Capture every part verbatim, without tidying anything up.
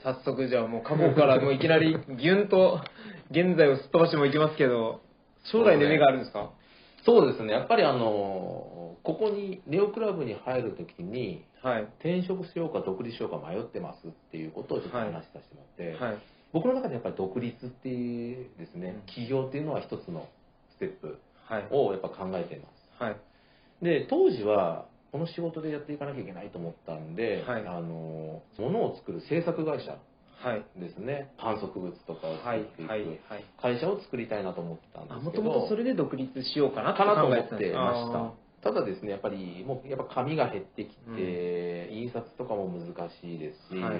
早速じゃあもう過去からもういきなりギュンと現在をすっ飛ばしてもいきますけど、将来の夢があるんですか？ そうですね、やっぱりあのここにネオクラブに入るときに、はい、転職しようか独立しようか迷ってますっていうことをちょっと話させてもらって、はいはい、僕の中でやっぱり独立っていうですね、起業っていうのは一つのステップをやっぱ考えています。はい、で当時はこの仕事でやっていかなきゃいけないと思ったんで、はい、あの物を作る製作会社ですね、はい、販促物とかを作っていく会社を作りたいなと思ってたんですけど、 もともとそれで独立しようかなかなと思ってました。ただですね、やっぱりもうやっぱ紙が減ってきて、うん、印刷とかも難しいですし、はい、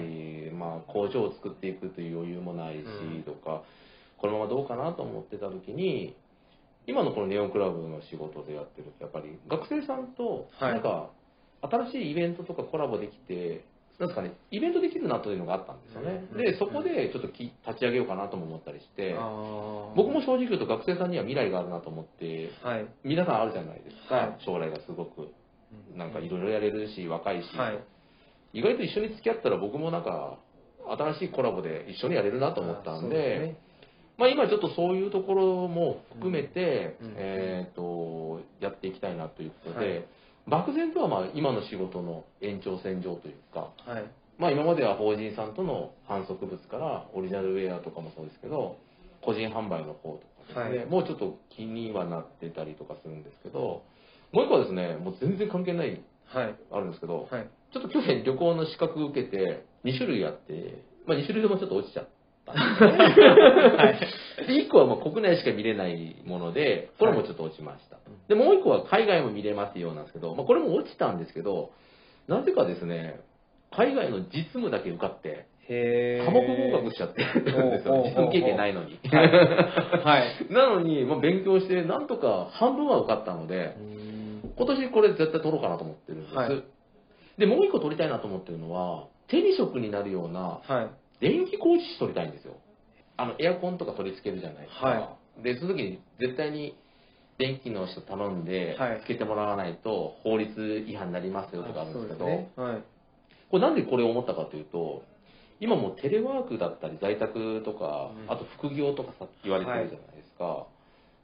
まあ、工場を作っていくという余裕もないし、うん、とかこのままどうかなと思ってた時に、今のこのネオンクラブの仕事でやってるとやっぱり学生さんとなんか新しいイベントとかコラボできて、なんですかね、イベントできるなというのがあったんですよね。うん、でそこでちょっとき立ち上げようかなとも思ったりして、僕も正直言うと学生さんには未来があるなと思って、はい、皆さんあるじゃないですか、はい、将来がすごくなんかいろいろやれるし若いし、はい、意外と一緒に付き合ったら僕もなんか新しいコラボで一緒にやれるなと思ったんで、まあ、今ちょっとそういうところも含めて、うん、えー、とやっていきたいなということで、はい、漠然とはまあ今の仕事の延長線上というか、はい、まあ、今までは法人さんとの販促物からオリジナルウェアとかもそうですけど個人販売の方とかですね、はい、もうちょっと気にはなってたりとかするんですけど、もう一個はですね、もう全然関係ない、はい、あるんですけど、はい、ちょっと去年旅行の資格受けてに種類あって、まあ、に種類ともちょっと落ちちゃってはい、いっこはもう国内しか見れないもので、これもちょっと落ちました。はい、でもういっこは海外も見れますようなんですけど、まあ、これも落ちたんですけど、なぜかですね、海外の実務だけ受かって、科目合格しちゃってるんですよ。実務経験ないのに。はいはい、なのに、まあ、勉強してなんとか半分は受かったので、今年これ絶対取ろうかなと思ってるんです。はい、でもういっこ取りたいなと思ってるのは、手に職になるような、はい、電気工事士取りたいんですよ。あのエアコンとか取り付けるじゃないですか。はい、でその時に絶対に電気の人頼んでつけてもらわないと法律違反になりますよとかあるんですけど、ね、はい、これなんでこれを思ったかというと、今もうテレワークだったり在宅とか、うん、あと副業とかさ言われてるじゃないですか。はい、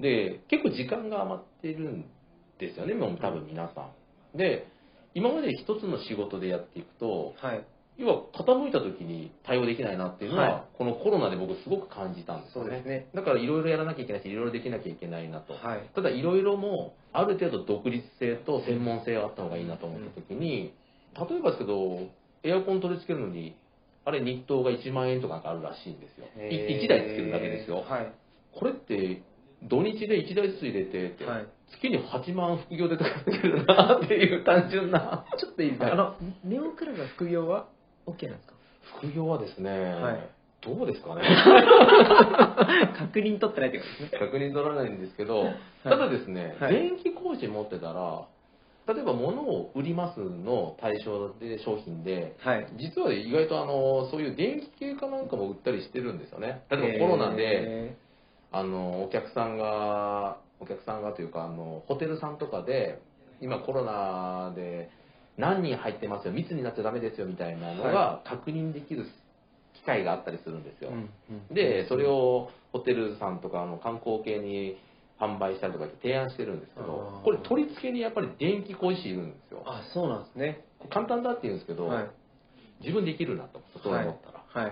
で結構時間が余ってるんですよね、もう多分皆さん。で今まで一つの仕事でやっていくと、はい、要は傾いた時に対応できないなっていうのは、はい、このコロナで僕すごく感じたんですよ ね, ねだからいろいろやらなきゃいけないしいろいろできなきゃいけないなと、はい、ただいろいろもある程度独立性と専門性があった方がいいなと思った時に、例えばですけどエアコン取り付けるのにあれ日当がいちまんえんとかあるらしいんですよ。いちだいつけるだけですよ。はい、これって土日でいちだいずつ入れてって、はい、月にはちまん副業で稼げるなっていう単純なちょっといいですか、はい、あのネオクラブは副業は OK なんですか？ 副業はですね、はい、どうですかね確認取ってないってことですね。 確認取らないんですけど、はい、ただですね、はい、電気工事持ってたら例えば物を売りますの対象で商品で、はい、実は意外とあのそういう電気系かなんかも売ったりしてるんですよね。例えばコロナであのお客さんがお客さんがというかあのホテルさんとかで今コロナで何人入ってますよ密になっちゃダメですよみたいなのが確認できる機会があったりするんですよ。でそれをホテルさんとかの観光系に販売したりとか提案してるんですけど、これ取り付けにやっぱり電気工事士いるんですよ。 あ、そうなんですね。 簡単だって言うんですけど、はい、自分できるなとそう思ったら、はいはい、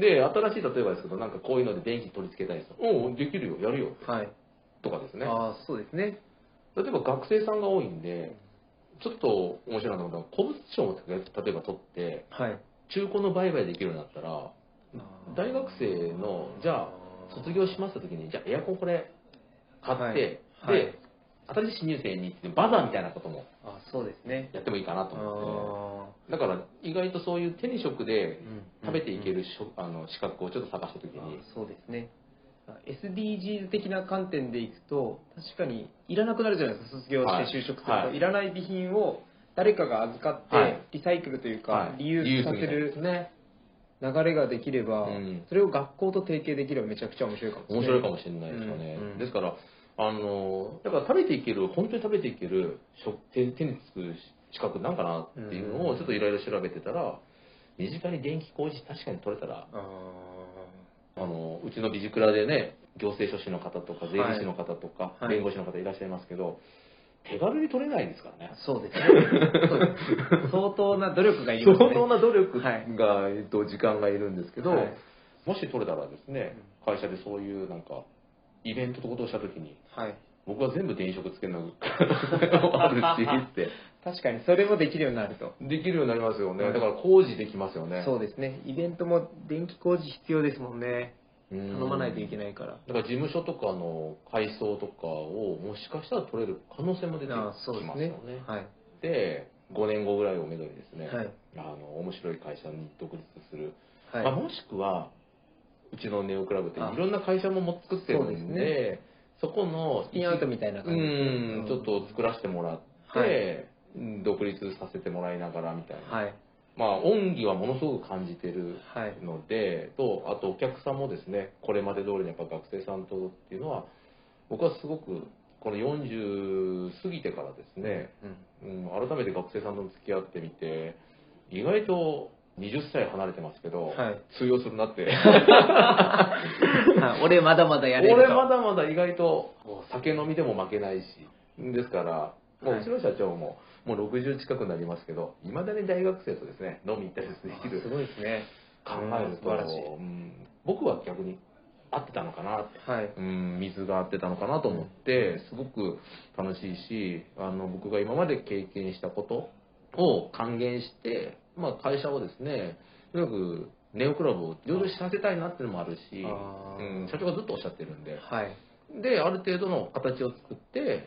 で新しい例えばですけどなんかこういうので電気取り付けたいですよ。おおできるよやるよ、はい、とかですね。 あ、そうですね。 例えば学生さんが多いんでちょっと面白いなと思ったら古物商を例えば取って、はい、中古の売買できるようになったら大学生のじゃあ卒業しますときにじゃあエアコンこれ買って、はい、で、はい、新しい新入生にバザーみたいなこともやってもいいかなと思って、だから意外とそういう手に職で食べていける、うんうん、あの資格をちょっと探したときに、 そうですね、 エスディージーズ 的な観点でいくと確かにいらなくなるじゃないですか。卒業して就職すると、はい、いらない備品を誰かが預かってリサイクルというか、はい、リユースさせる流れができれば、うん、それを学校と提携できればめちゃくちゃ面白いかもしれない。 面白いかもしれないですよね、うんうん、ですからあのだから食べていける本当に食べていける手手につく資格なんかなっていうのをちょっといろいろ調べてたら、 身近に電気工事確かに取れたら、 ああのうちのビジクラでね、行政書士の方とか税理士の方とか、 はい、 弁護士の方いらっしゃいますけど、手軽に取れないですからね。 そうですね。そうです相当な努力がいりますね。 相当な努力が、 はい、 えっと、時間がいるんですけど、はい、もし取れたらですね、会社でそういうなんか、イベントとことをしたときに、はい、僕は全部電飾つけるのがあるしって。 確かにそれもできるようになると。 できるようになりますよね。はい、だから工事できますよね。 そうですね。イベントも電気工事必要ですもんね。頼まないといけないから。 だから事務所とかの改装とかをもしかしたら取れる可能性も出てきますよね。 ね、はい、 で、ごねんごぐらいをめどにですね、 はい、 あの面白い会社に独立する。 はい、 まあ、もしくは、うちのネオクラブっていろんな会社も作ってるんで、で、ね、そこのスピンアウトみたいな感じで、 うん、ちょっと作らせてもらって、はい、独立させてもらいながらみたいな。はい、まあ、恩義はものすごく感じてるので、はい、と、あとお客さんもですね、これまで通りにやっぱ学生さんとっていうのは、僕はすごく、このよんじゅう過ぎてからですね、うんうん、改めて学生さんと付き合ってみて、意外とはたち離れてますけど、はい、通用するなって。 俺まだまだやれると。 俺まだまだ意外と、酒飲みでも負けないし、ですから、もううちの社長も、もうろくじゅう近くなりますけど、いまだに大学生とですね、飲み行ったりできる。 すごいですね。 考えると、うん、僕は逆に合ってたのかなって、はい、うん、水が合ってたのかなと思って、すごく楽しいし、あの僕が今まで経験したことを還元して、まあ、会社をですね、とにかくネオクラブを上場させたいなっていうのもあるし、うん、社長がずっとおっしゃってるんで、はい、で、ある程度の形を作って、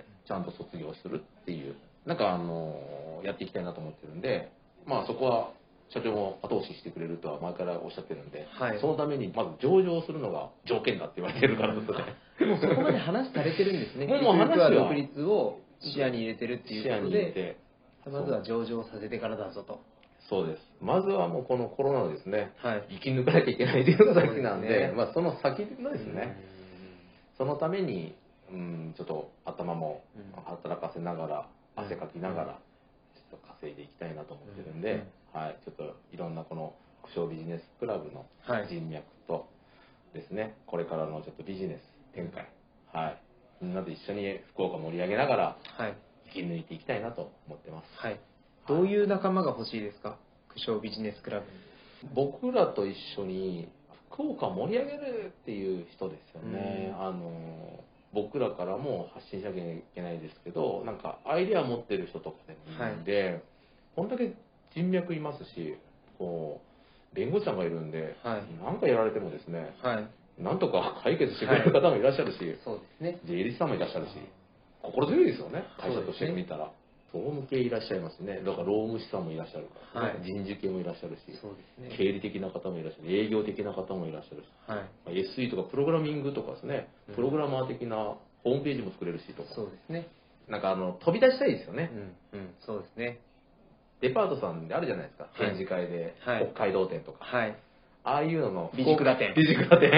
ちゃんと卒業するっていう、なんかあの、やっていきたいなと思ってるんで、まあそこは社長も後押ししてくれるとは前からおっしゃってるんで、はい、そのためにまず上場するのが条件だって言われてるからですね。 もうそこまで話されてるんですね。 もう話は独立を視野に入れてるっていうことで、まずは上場させてからだぞと。 そうです。まずはもうこのコロナをですね、はい、生き抜かなきゃいけないというのが先なんで、でね、まあその先のですね、そのために、うん、ちょっと頭も働かせながら、汗かきながら、ちょっと稼いでいきたいなと思ってるんで、はい、ちょっといろんなこの苦笑ビジネスクラブの人脈とですね、これからのちょっとビジネス展開、はい、みんなで一緒に福岡盛り上げながら、生き抜いていきたいなと思ってます。 はい、どういう仲間が欲しいですか、苦笑ビジネスクラブに。 僕らと一緒に福岡を盛り上げるっていう人ですよね。あの僕らからも発信しなきゃいけないですけど、なんかアイデア持ってる人とかでもいいんで、はい、こんだけ人脈いますし、こう弁護士さんがいるんで、はい、なんかやられてもですね、はい、なんとか解決してくれる方もいらっしゃるし、はい、 そうですね、 税理士さんもいらっしゃるし、心強いですよね、会社として見たら。総務系いらっしゃいますね。だから労務士さんもいらっしゃるから、ね、はい、人事系もいらっしゃるし、そうですね、経理的な方もいらっしゃる、営業的な方もいらっしゃるし、はい、エスイー とかプログラミングとかですね、プログラマー的なホームページも作れるしとか、 そうですね、 なんかあの飛び出したいですよね。 うん、うん、そうですね。 デパートさんであるじゃないですか、展示会で、はい、北海道店とか、はい、ああいうののビジクラ店、 ビジクラ店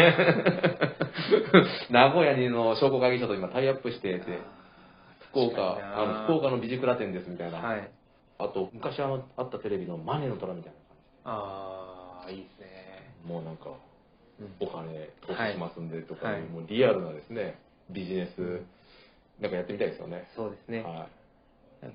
名古屋にの商工会議所と今タイアップしてて、福岡、あの福岡のビジクラ店ですみたいな、はい、あと昔あのあったテレビのマネーの虎みたいな感じ、 ああいいですね。 もうなんか、うん、お金投資しますんでとか、はい、もうリアルなですねビジネス、うん、なんかやってみたいですよね。 そうですね、はい、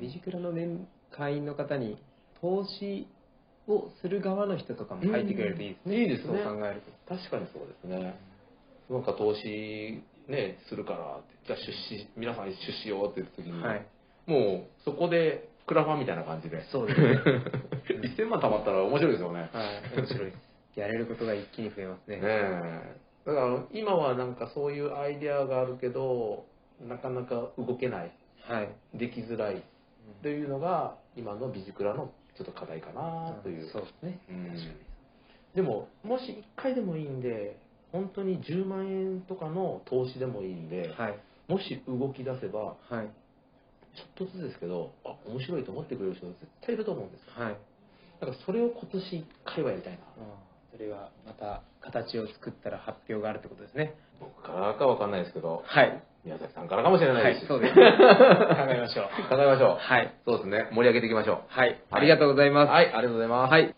ビジクラの年会員の方に投資をする側の人とかも入ってくれるといいですね。 いいですね、 そう考えると確かにそうですね。なんか投資ね、するからって、じゃあ出資、皆さん出資しようって言った時に、はい、もうそこでクラファンみたいな感じで、 そうですね、 いっせんまん貯まったら面白いですよね。 はい、面白いです。やれることが一気に増えますね。 ねえ、だから今はなんかそういうアイデアがあるけど、なかなか動けない、はい、できづらいというのが今のビジクラのちょっと課題かなという。 うん、そうですね。うん、 でももしいっかいでもいいんで。本当にじゅうまんえんとかの投資でもいいんで、はい、もし動き出せば、はい、ちょっとずつですけど、あ、面白いと思ってくれる人絶対いると思うんですよ。はい、だからそれを今年いっかいはやりたいな。 それはまた形を作ったら発表があるってことですね。 僕からかわかんないですけど、 はい、 宮崎さんからかもしれないですし、 はい、そうです。考えましょう。 考えましょう。 はい、 そうですね。盛り上げていきましょう。 はい、ありがとうございます。 はい、ありがとうございます。 はい。